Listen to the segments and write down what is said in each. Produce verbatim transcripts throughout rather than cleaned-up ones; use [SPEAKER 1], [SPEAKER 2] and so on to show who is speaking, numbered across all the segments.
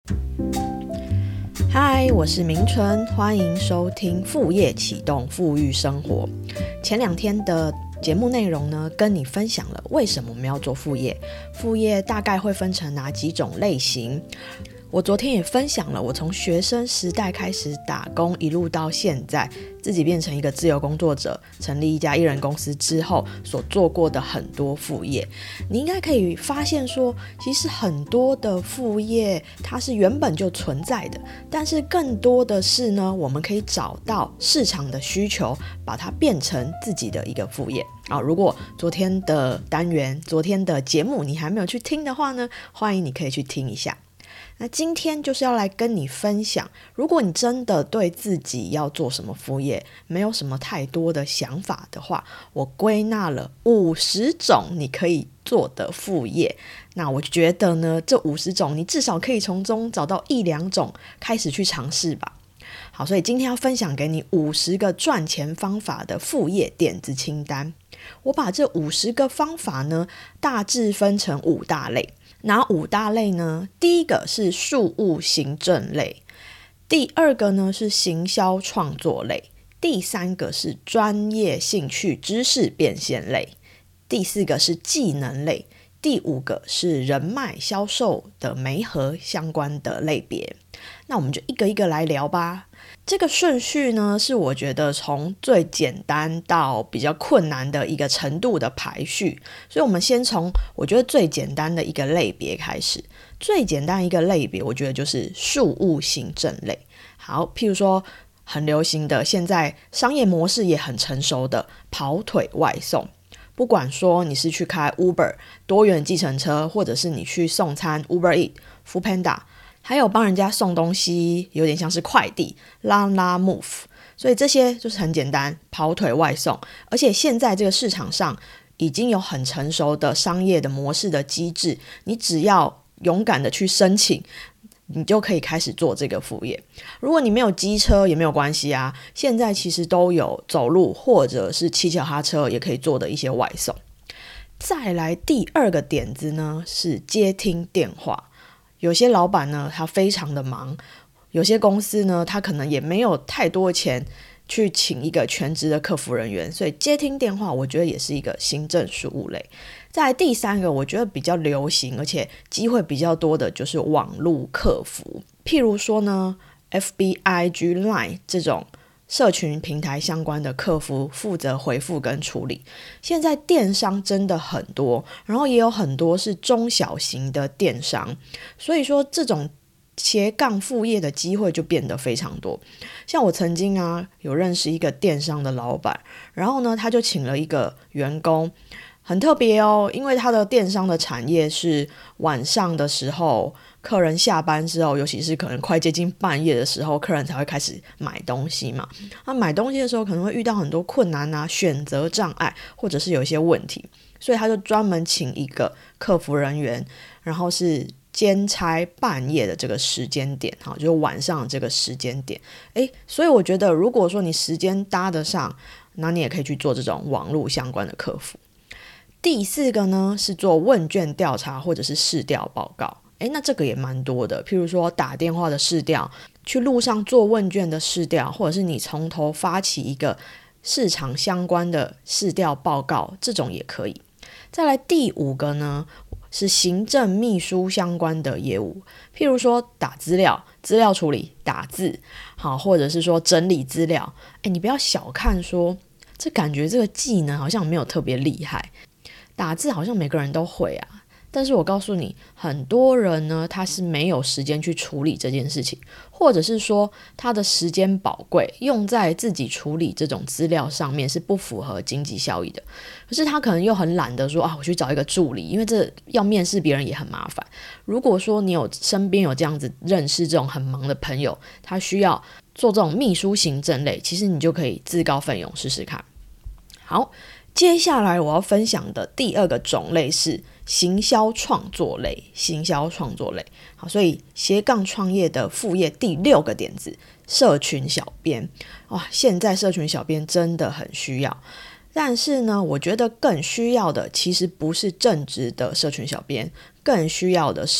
[SPEAKER 1] 嗨，我是明纯，欢迎收听副业启动富裕生活。前两天的节目内容呢，跟你分享了为什么我们要做副业，副业大概会分成哪几种类型。我昨天也分享了我从学生时代开始打工，一路到现在自己变成一个自由工作者，成立一家艺人公司之后所做过的很多副业。你应该可以发现说，其实很多的副业它是原本就存在的，但是更多的是呢，我们可以找到市场的需求，把它变成自己的一个副业。啊，如果昨天的单元昨天的节目你还没有去听的话呢，欢迎你可以去听一下。那今天就是要来跟你分享，如果你真的对自己要做什么副业没有什么太多的想法的话，我归纳了五十种你可以做的副业。那我觉得呢，这五十种你至少可以从中找到一两种开始去尝试吧。好，所以今天要分享给你五十个赚钱方法的副业点子清单。我把这五十个方法呢，大致分成五大类。哪五大类呢？第一个是事务行政类，第二个呢是行销创作类，第三个是专业兴趣知识变现类，第四个是技能类，第五个是人脉销售的媒合相关的类别。那我们就一个一个来聊吧。这个顺序呢，是我觉得从最简单到比较困难的一个程度的排序，所以我们先从我觉得最简单的一个类别开始。最简单一个类别我觉得就是事务行政类。好，譬如说很流行的，现在商业模式也很成熟的跑腿外送，不管说你是去开 Uber 多元计程车，或者是你去送餐 Uber Eats、Foodpanda，还有帮人家送东西，有点像是快递拉拉 Move， 所以这些就是很简单跑腿外送。而且现在这个市场上已经有很成熟的商业的模式的机制，你只要勇敢的去申请，你就可以开始做这个副业。如果你没有机车也没有关系啊，现在其实都有走路或者是骑脚踏车也可以做的一些外送。再来第二个点子呢，是接听电话。有些老板呢，他非常的忙，有些公司呢，他可能也没有太多钱去请一个全职的客服人员，所以接听电话我觉得也是一个行政事务类。再来第三个我觉得比较流行而且机会比较多的就是网络客服，譬如说呢 F B、I G、Line 这种社群平台相关的客服负责回复跟处理。现在电商真的很多，然后也有很多是中小型的电商，所以说这种斜杠副业的机会就变得非常多。像我曾经啊有认识一个电商的老板，然后呢他就请了一个员工，很特别哦，因为他的电商的产业是晚上的时候客人下班之后，尤其是可能快接近半夜的时候，客人才会开始买东西嘛。那买东西的时候可能会遇到很多困难啊，选择障碍，或者是有一些问题，所以他就专门请一个客服人员，然后是兼差半夜的这个时间点，就是晚上的这个时间点。诶，所以我觉得如果说你时间搭得上，那你也可以去做这种网络相关的客服。第四个呢是做问卷调查或者是市调报告。诶，那这个也蛮多的，譬如说打电话的市调，去路上做问卷的市调，或者是你从头发起一个市场相关的市调报告，这种也可以。再来第五个呢是行政秘书相关的业务，譬如说打资料、资料处理、打字，好，或者是说整理资料。诶，你不要小看说这感觉这个技能好像没有特别厉害，打字好像每个人都会啊，但是我告诉你，很多人呢他是没有时间去处理这件事情，或者是说他的时间宝贵，用在自己处理这种资料上面是不符合经济效益的。可是他可能又很懒得说啊，我去找一个助理，因为这要面试别人也很麻烦。如果说你有身边有这样子认识这种很忙的朋友，他需要做这种秘书行政类，其实你就可以自告奋勇试试看。好，接下来我要分享的第二个种类是行销创作类。行销创作类，好，所以斜杠创业的副业第六个点子，社群小编。哇，现在社群小编真的很需要，但是呢，我觉得更需要的其实不是正职的社群小编，更需要的是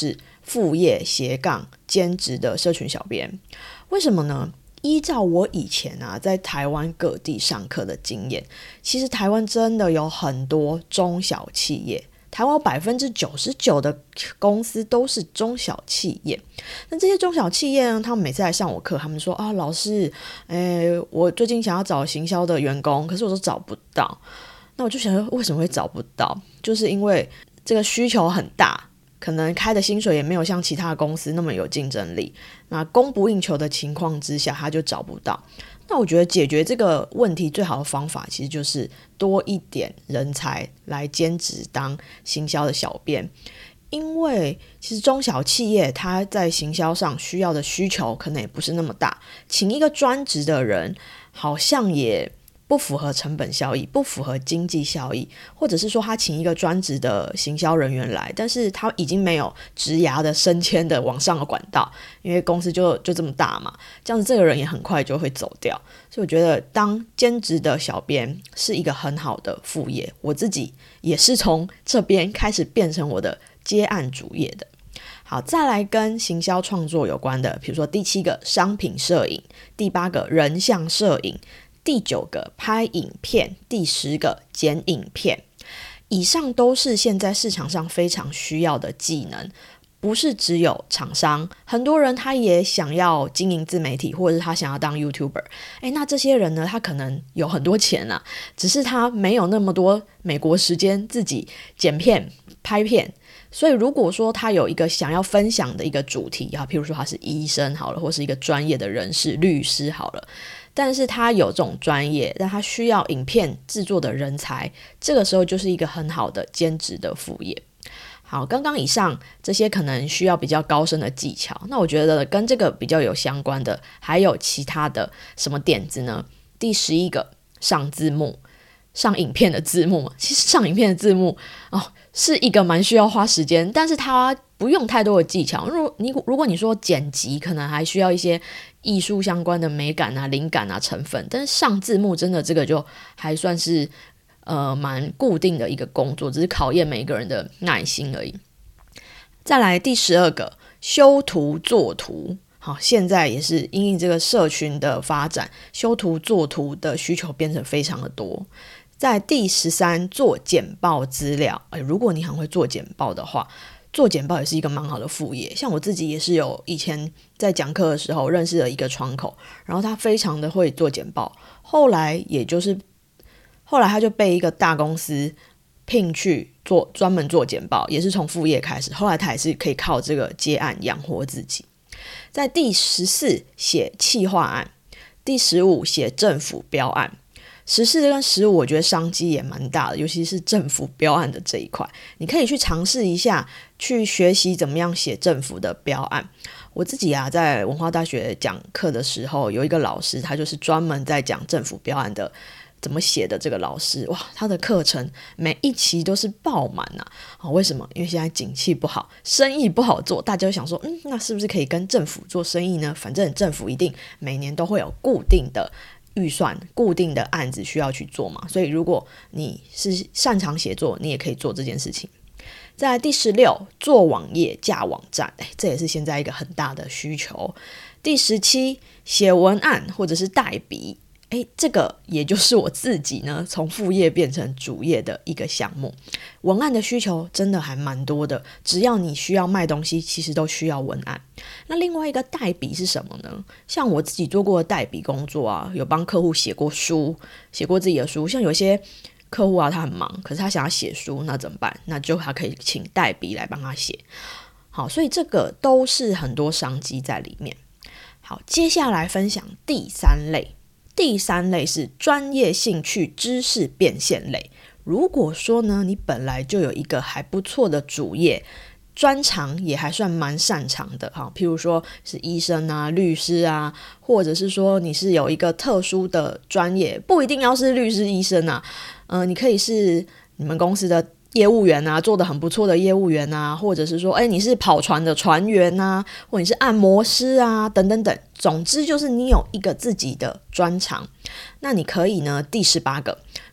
[SPEAKER 1] 副业斜杠兼职的社群小编。为什么呢？依照我以前啊在台湾各地上课的经验，其实台湾真的有很多中小企业，台湾有百分之九十九的公司都是中小企业。那这些中小企业呢，他们每次来上我课，他们说啊，老师，诶，我最近想要找行销的员工，可是我都找不到。那我就想说，为什么会找不到？就是因为这个需求很大，可能开的薪水也没有像其他的公司那么有竞争力，那供不应求的情况之下，他就找不到。那我觉得解决这个问题最好的方法，其实就是多一点人才来兼职当行销的小编。因为其实中小企业它在行销上需要的需求可能也不是那么大，请一个专职的人好像也不符合成本效益，不符合经济效益，或者是说他请一个专职的行销人员来，但是他已经没有职涯的升迁的往上的管道，因为公司就就这么大嘛，这样子这个人也很快就会走掉。所以我觉得当兼职的小编是一个很好的副业，我自己也是从这边开始变成我的接案主业的。好，再来跟行销创作有关的，比如说第七个商品摄影，第八个人像摄影，第九个拍影片，第十个剪影片。以上都是现在市场上非常需要的技能，不是只有厂商，很多人他也想要经营自媒体，或者是他想要当 YouTuber。 诶，那这些人呢，他可能有很多钱啊，只是他没有那么多美国时间自己剪片拍片。所以如果说他有一个想要分享的一个主题啊，譬如说他是医生好了，或是一个专业的人士律师好了，但是他有这种专业，但他需要影片制作的人才，这个时候就是一个很好的兼职的副业。好，刚刚以上这些可能需要比较高深的技巧，那我觉得跟这个比较有相关的还有其他的什么点子呢？第十一个，上字幕，上影片的字幕。其实上影片的字幕哦，是一个蛮需要花时间，但是它不用太多的技巧。如果你如果你说剪辑，可能还需要一些艺术相关的美感啊、灵感啊成分，但是上字幕真的这个就还算是呃蛮固定的一个工作，只是考验每个人的耐心而已。再来第十二个，修图做图。好，现在也是因应这个社群的发展，修图做图的需求变成非常的多。在第十三，做简报资料。诶，如果你很会做简报的话，做简报也是一个蛮好的副业。像我自己也是有以前在讲课的时候认识了一个窗口，然后他非常的会做简报，后来也就是后来他就被一个大公司聘去做专门做简报，也是从副业开始，后来他也是可以靠这个接案养活自己。在第十四，写企划案。第十五，写政府标案。十四跟十五我觉得商机也蛮大的，尤其是政府标案的这一块，你可以去尝试一下，去学习怎么样写政府的标案。我自己啊，在文化大学讲课的时候，有一个老师，他就是专门在讲政府标案的怎么写的这个老师，哇，他的课程每一期都是爆满啊！哦，为什么？因为现在景气不好，生意不好做，大家就想说，嗯，那是不是可以跟政府做生意呢？反正政府一定每年都会有固定的预算、固定的案子需要去做嘛，所以如果你是擅长写作，你也可以做这件事情。再来第十六，做网页架网站，诶，这也是现在一个很大的需求。第十七，写文案或者是代笔，诶，这个也就是我自己呢从副业变成主业的一个项目。文案的需求真的还蛮多的，只要你需要卖东西，其实都需要文案。那另外一个代笔是什么呢？像我自己做过的代笔工作啊，有帮客户写过书，写过自己的书。像有些客户啊，他很忙，可是他想要写书，那怎么办？那就他可以请代笔来帮他写。好，所以这个都是很多商机在里面。好，接下来分享第三类。第三类是专业兴趣知识变现类。如果说呢，你本来就有一个还不错的主业，专长也还算蛮擅长的，譬如说是医生啊、律师啊，或者是说你是有一个特殊的专业，不一定要是律师、医生啊，呃，你可以是你们公司的业务员啊，做得很不错的业务员啊，或者是说，哎，你是跑船的船员啊，或者你是按摩师啊，等等等。总之就是你有一个自己的专长，那你可以呢，第十八个，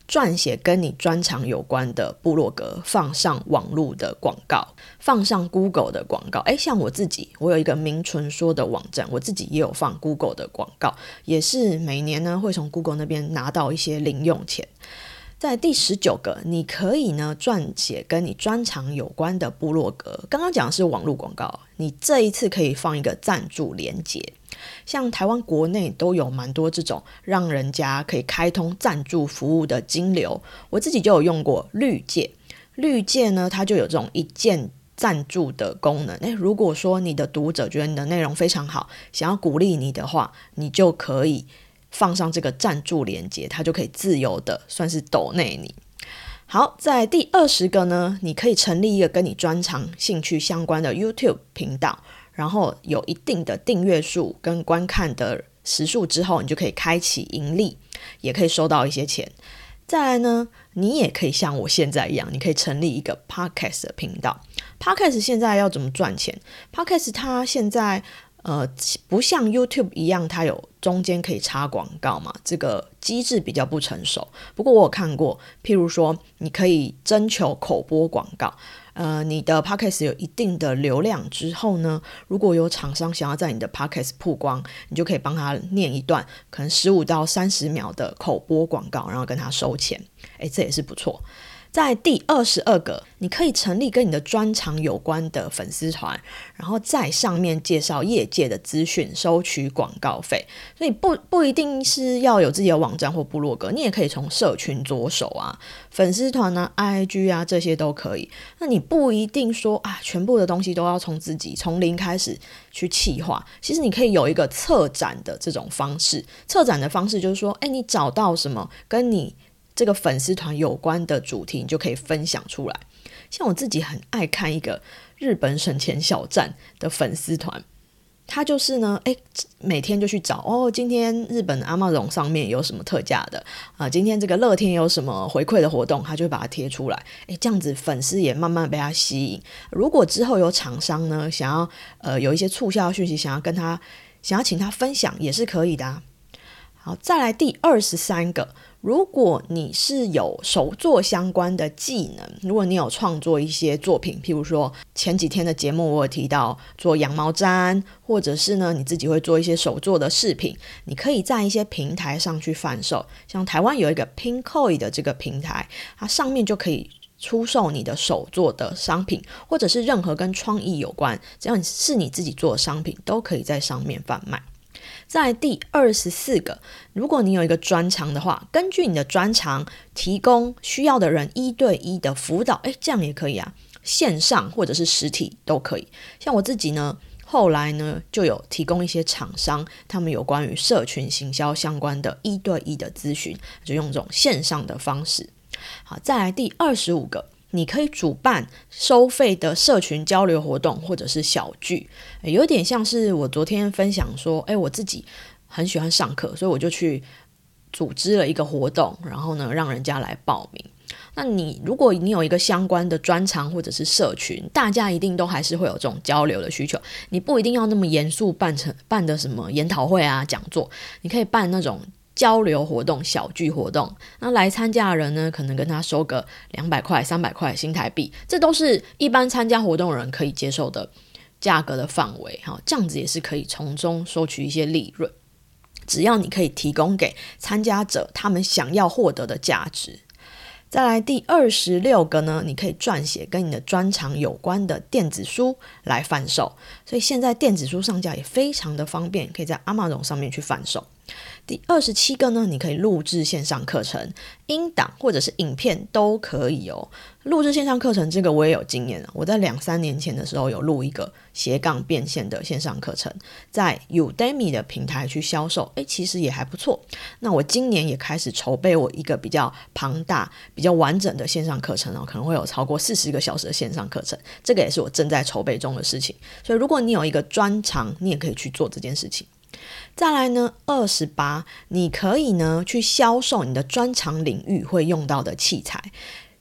[SPEAKER 1] 撰写跟你专长有关的部落格，放上网络的广告，放上 Google 的广告。诶，像我自己，我有一个名纯说的网站，我自己也有放 Google 的广告，也是每年呢会从 Google 那边拿到一些零用钱。在第十九个，你可以呢撰写跟你专长有关的部落格。刚刚讲的是网络广告，你这一次可以放一个赞助连结。像台湾国内都有蛮多这种让人家可以开通赞助服务的金流，我自己就有用过绿界。绿界呢，它就有这种一键赞助的功能。诶，如果说你的读者觉得你的内容非常好，想要鼓励你的话，你就可以放上这个赞助连结，它就可以自由的算是抖内你。好，在第二十个呢，你可以成立一个跟你专长兴趣相关的 YouTube 频道，然后有一定的订阅数跟观看的时数之后，你就可以开启盈利，也可以收到一些钱。再来呢，你也可以像我现在一样，你可以成立一个 Podcast 的频道。Podcast 现在要怎么赚钱？ Podcast 它现在呃，不像 YouTube 一样，它有中间可以插广告嘛，这个机制比较不成熟。不过我有看过，譬如说你可以征求口播广告，呃，你的 Podcast 有一定的流量之后呢，如果有厂商想要在你的 Podcast 曝光，你就可以帮他念一段可能十五到三十秒的口播广告，然后跟他收钱。诶，这也是不错。在第二十二个，你可以成立跟你的专长有关的粉丝团，然后在上面介绍业界的资讯，收取广告费。所以不不一定是要有自己的网站或部落格，你也可以从社群着手啊，粉丝团啊 I G 啊，这些都可以。那你不一定说啊，全部的东西都要从自己从零开始去企划，其实你可以有一个策展的这种方式。策展的方式就是说，哎，你找到什么跟你这个粉丝团有关的主题，你就可以分享出来。像我自己很爱看一个日本省钱小站的粉丝团，他就是呢，诶，每天就去找哦，今天日本 Amazon 上面有什么特价的啊、呃，今天这个乐天有什么回馈的活动，他就会把它贴出来。诶，这样子粉丝也慢慢被他吸引。如果之后有厂商呢，想要呃有一些促销讯息，想要跟他想要请他分享，也是可以的啊。好，再来第二十三个，如果你是有手作相关的技能，如果你有创作一些作品，譬如说前几天的节目我有提到做羊毛毡，或者是呢你自己会做一些手作的饰品，你可以在一些平台上去贩售。像台湾有一个 Pinkoi 的这个平台，它上面就可以出售你的手作的商品，或者是任何跟创意有关，只要是你自己做的商品，都可以在上面贩卖。在第二十四个，如果你有一个专长的话，根据你的专长提供需要的人一对一的辅导，诶，这样也可以啊，线上或者是实体都可以。像我自己呢，后来呢就有提供一些厂商，他们有关于社群行销相关的一对一的咨询，就用这种线上的方式。好，再来第二十五个，你可以主办收费的社群交流活动或者是小聚，有点像是我昨天分享说，诶，我自己很喜欢上课，所以我就去组织了一个活动，然后呢让人家来报名。那你如果你有一个相关的专长或者是社群，大家一定都还是会有这种交流的需求，你不一定要那么严肃办成办的什么研讨会啊讲座，你可以办那种交流活动、小聚活动，那来参加的人呢，可能跟他收个两百块、三百块新台币，这都是一般参加活动的人可以接受的价格的范围。好，这样子也是可以从中收取一些利润，只要你可以提供给参加者他们想要获得的价值。再来第二十六个呢，你可以撰写跟你的专长有关的电子书来贩售，所以现在电子书上架也非常的方便，可以在 Amazon 上面去贩售。第二十七个呢，你可以录制线上课程，音档或者是影片都可以哦。录制线上课程这个我也有经验，我在两三年前的时候有录一个斜杠变现的线上课程，在 Udemy 的平台去销售，诶，其实也还不错。那我今年也开始筹备我一个比较庞大比较完整的线上课程哦，可能会有超过四十个小时的线上课程，这个也是我正在筹备中的事情。所以如果你有一个专长，你也可以去做这件事情。再来呢，二十八，你可以呢去销售你的专长领域会用到的器材。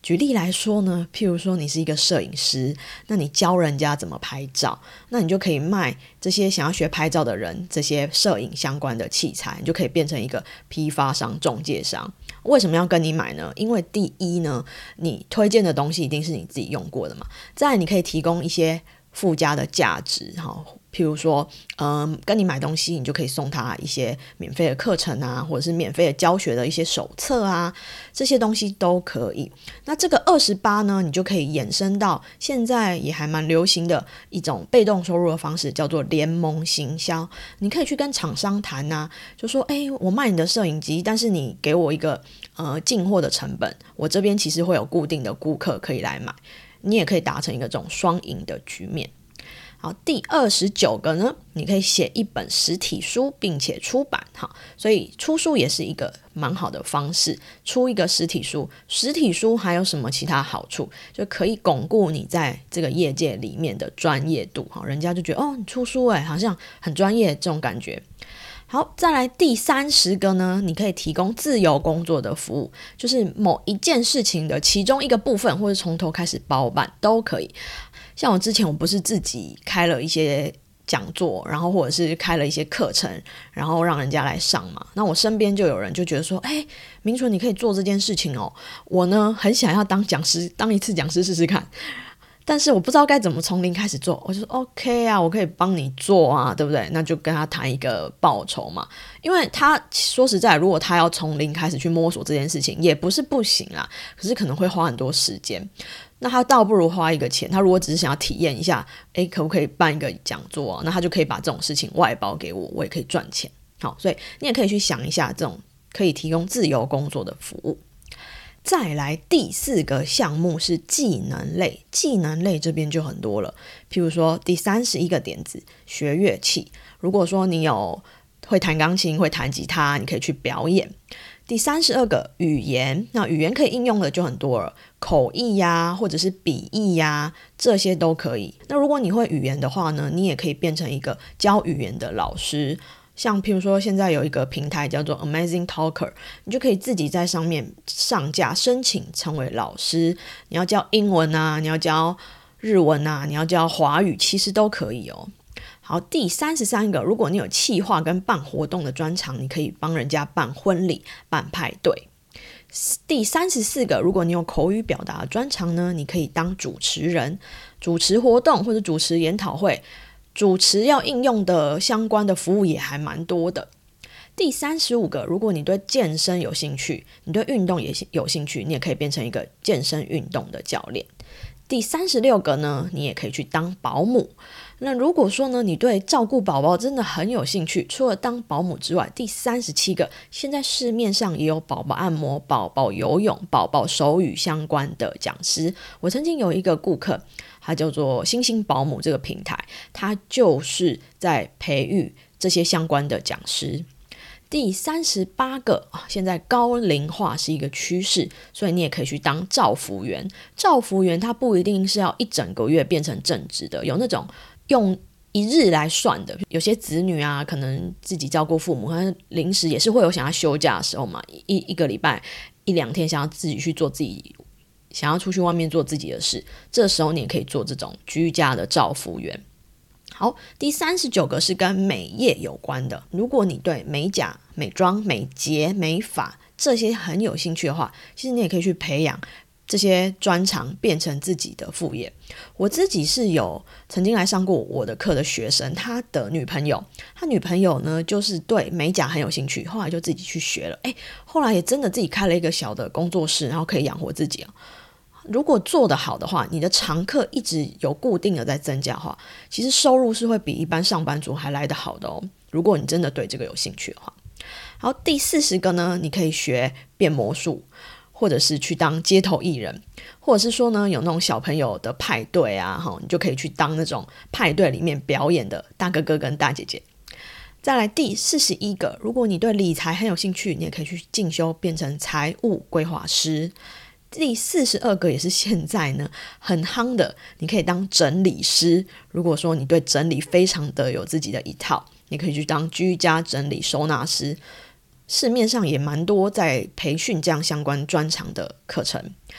[SPEAKER 1] 举例来说呢，譬如说你是一个摄影师，那你教人家怎么拍照，那你就可以卖这些想要学拍照的人这些摄影相关的器材，你就可以变成一个批发商、中介商。为什么要跟你买呢？因为第一呢，你推荐的东西一定是你自己用过的嘛，再来你可以提供一些附加的价值，譬如说嗯，跟你买东西你就可以送他一些免费的课程啊，或者是免费的教学的一些手册啊，这些东西都可以。那这个二十八呢，你就可以衍生到现在也还蛮流行的一种被动收入的方式，叫做联盟行销。你可以去跟厂商谈啊，就说诶，我卖你的摄影机，但是你给我一个呃进货的成本，我这边其实会有固定的顾客可以来买，你也可以达成一个这种双赢的局面。好，第二十九个呢，你可以写一本实体书并且出版。好，所以出书也是一个蛮好的方式，出一个实体书。实体书还有什么其他好处？就可以巩固你在这个业界里面的专业度，好，人家就觉得哦，你出书耶，好像很专业这种感觉。好，再来第三十个呢，你可以提供自由工作的服务，就是某一件事情的其中一个部分，或者从头开始包办都可以。像我之前我不是自己开了一些讲座，然后或者是开了一些课程，然后让人家来上嘛，那我身边就有人就觉得说，哎，明纯你可以做这件事情哦，我呢很想要当讲师，当一次讲师试试看，但是我不知道该怎么从零开始做。我就说 OK 啊，我可以帮你做啊，对不对？那就跟他谈一个报酬嘛，因为他说实在，如果他要从零开始去摸索这件事情也不是不行啦，可是可能会花很多时间，那他倒不如花一个钱，他如果只是想要体验一下，诶，可不可以办一个讲座啊，那他就可以把这种事情外包给我，我也可以赚钱。好，所以你也可以去想一下这种可以提供自由工作的服务。再来第四个项目是技能类，技能类这边就很多了，譬如说第三十一个点子，学乐器。如果说你有会弹钢琴、会弹吉他，你可以去表演。第三十二个语言，那语言可以应用的就很多了，口译呀，或者是笔译呀，这些都可以。那如果你会语言的话呢，你也可以变成一个教语言的老师。像譬如说现在有一个平台叫做 Amazing Talker， 你就可以自己在上面上架申请成为老师，你要教英文啊，你要教日文啊，你要教华语，其实都可以哦。好，第三十三个，如果你有企划跟办活动的专长，你可以帮人家办婚礼、办派对。第三十四个，如果你有口语表达的专长呢，你可以当主持人，主持活动或者主持研讨会。主持要应用的相关的服务也还蛮多的。第三十五个，如果你对健身有兴趣，你对运动也有兴趣，你也可以变成一个健身运动的教练。第三十六个呢，你也可以去当保姆。那如果说呢，你对照顾宝宝真的很有兴趣，除了当保姆之外，第三十七个，现在市面上也有宝宝按摩、宝宝游泳、宝宝手语相关的讲师。我曾经有一个顾客，他叫做星星保姆这个平台，他就是在培育这些相关的讲师。第三十八个，现在高龄化是一个趋势，所以你也可以去当照服员。照服员他不一定是要一整个月变成正职的，有那种用一日来算的，有些子女啊可能自己照顾父母，可能临时也是会有想要休假的时候嘛，一一个礼拜一两天想要自己去做自己，想要出去外面做自己的事，这时候你也可以做这种居家的照服员。好，第三十九个是跟美业有关的。如果你对美甲、美妆、美睫、美发这些很有兴趣的话，其实你也可以去培养这些专长，变成自己的副业。我自己是有曾经来上过我的课的学生，他的女朋友，他女朋友呢就是对美甲很有兴趣，后来就自己去学了，诶，后来也真的自己开了一个小的工作室，然后可以养活自己哦。如果做得好的话，你的常客一直有固定的在增加的话，其实收入是会比一般上班族还来得好的哦，如果你真的对这个有兴趣的话。好，第四十个呢，你可以学变魔术，或者是去当街头艺人，或者是说呢有那种小朋友的派对啊，你就可以去当那种派对里面表演的大哥哥跟大姐姐。再来第四十一个，如果你对理财很有兴趣，你也可以去进修变成财务规划师。第四十二个也是现在呢很夯的，你可以当整理师。如果说你对整理非常的有自己的一套，你可以去当居家整理收纳师，市面上也蛮多在培训这样相关专长的课程。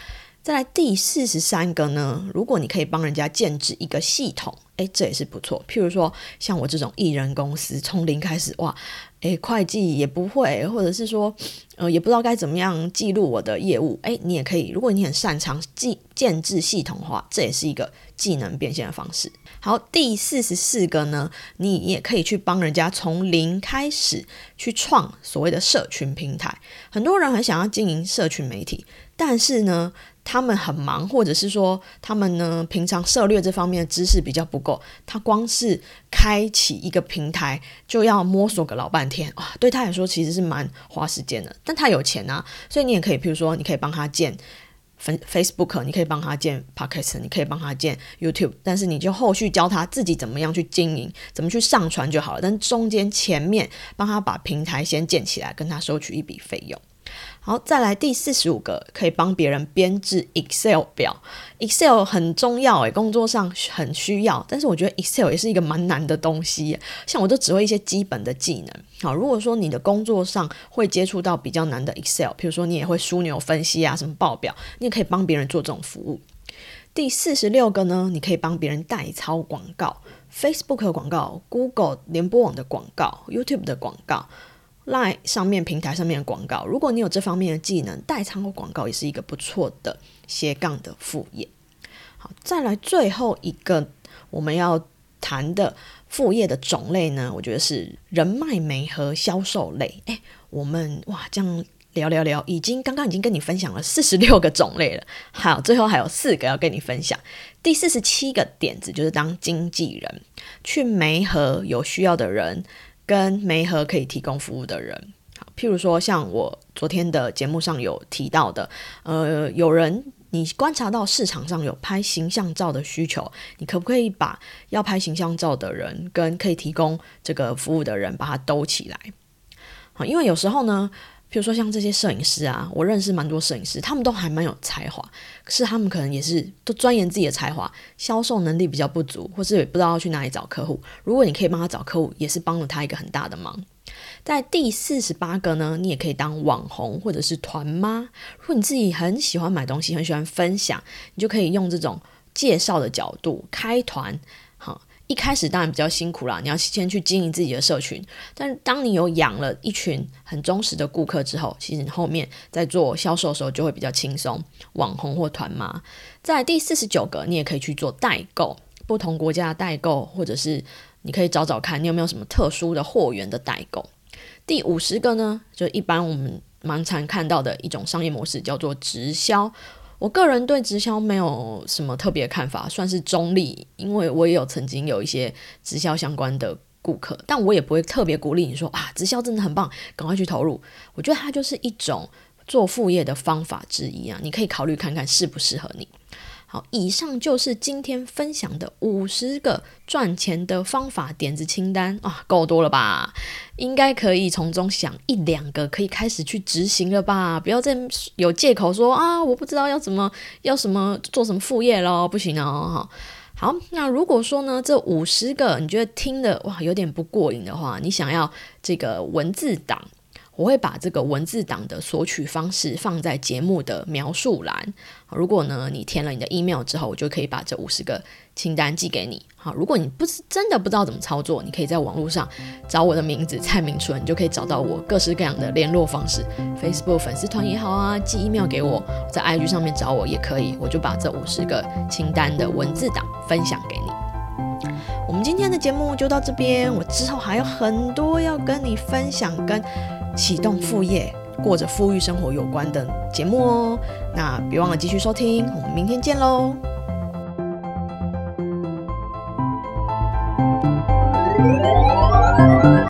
[SPEAKER 1] 再来第四十三个呢，如果你可以帮人家建制一个系统，诶，这也是不错。譬如说像我这种艺人公司从零开始，哇，诶，会计也不会，或者是说呃，也不知道该怎么样记录我的业务，诶，你也可以，如果你很擅长建制系统化，这也是一个技能变现的方式。好，第四十四个呢，你也可以去帮人家从零开始去创所谓的社群平台。很多人很想要经营社群媒体，但是呢他们很忙，或者是说他们呢平常涉猎这方面的知识比较不够，他光是开启一个平台就要摸索个老半天，哇，对他来说其实是蛮花时间的。但他有钱啊，所以你也可以，譬如说你可以帮他建Facebook， 你可以帮他建 Podcast， 你可以帮他建 YouTube， 但是你就后续教他自己怎么样去经营，怎么去上传就好了。但中间前面帮他把平台先建起来，跟他收取一笔费用。好，再来第四十五个，可以帮别人编制 Excel 表。Excel 很重要耶，工作上很需要，但是我觉得 Excel 也是一个蛮难的东西，像我就只会一些基本的技能。好，如果说你的工作上会接触到比较难的 Excel， 比如说你也会枢纽分析啊，什么报表，你也可以帮别人做这种服务。第四十六个呢，你可以帮别人代操广告， Facebook 的广告， Google 联播网的广告， YouTube 的广告，Line 上面平台上面的广告，如果你有这方面的技能，代操广告也是一个不错的斜杠的副业。好，再来最后一个我们要谈的副业的种类呢，我觉得是人脉媒合销售类。诶，我们哇这样聊聊聊，已经刚刚已经跟你分享了四十六个种类了，好，最后还有四个要跟你分享。第四十七个点子就是当经纪人，去媒合有需要的人跟媒合可以提供服务的人。好，譬如说像我昨天的节目上有提到的，呃，有人你观察到市场上有拍形象照的需求，你可不可以把要拍形象照的人跟可以提供这个服务的人把它兜起来。好，因为有时候呢，譬如说像这些摄影师啊，我认识蛮多摄影师，他们都还蛮有才华，可是他们可能也是都钻研自己的才华，销售能力比较不足，或是也不知道要去哪里找客户。如果你可以帮他找客户，也是帮了他一个很大的忙。在第四十八个呢，你也可以当网红或者是团妈。如果你自己很喜欢买东西，很喜欢分享，你就可以用这种介绍的角度开团。好，一开始当然比较辛苦啦，你要先去经营自己的社群，但是当你有养了一群很忠实的顾客之后，其实你后面在做销售的时候就会比较轻松。网红或团妈。在第四十九个，你也可以去做代购，不同国家的代购，或者是你可以找找看你有没有什么特殊的货源的代购。第五十个呢，就一般我们蛮常看到的一种商业模式，叫做直销。我个人对直销没有什么特别的看法，算是中立，因为我也有曾经有一些直销相关的顾客，但我也不会特别鼓励你说啊，直销真的很棒，赶快去投入。我觉得它就是一种做副业的方法之一啊，你可以考虑看看适不适合你。好，以上就是今天分享的五十个赚钱的方法点子清单啊，够多了吧？应该可以从中想一两个可以开始去执行了吧？不要再有借口说啊，我不知道要怎么要什么做什么副业咯，不行哦。好，那如果说呢，这五十个你觉得听的哇有点不过瘾的话，你想要这个文字档，我会把这个文字档的索取方式放在节目的描述栏。如果呢你填了你的 email 之后，我就可以把这五十个清单寄给你。好，如果你不是真的不知道怎么操作，你可以在网络上找我的名字蔡明纯，你就可以找到我各式各样的联络方式， Facebook 粉丝团也好啊，寄 email 给我，在 I G 上面找我也可以，我就把这五十个清单的文字档分享给你。我们今天的节目就到这边，我之后还有很多要跟你分享跟启动副业过着富裕生活有关的节目哦，那别忘了继续收听，我们明天见咯。
[SPEAKER 2] Thank you.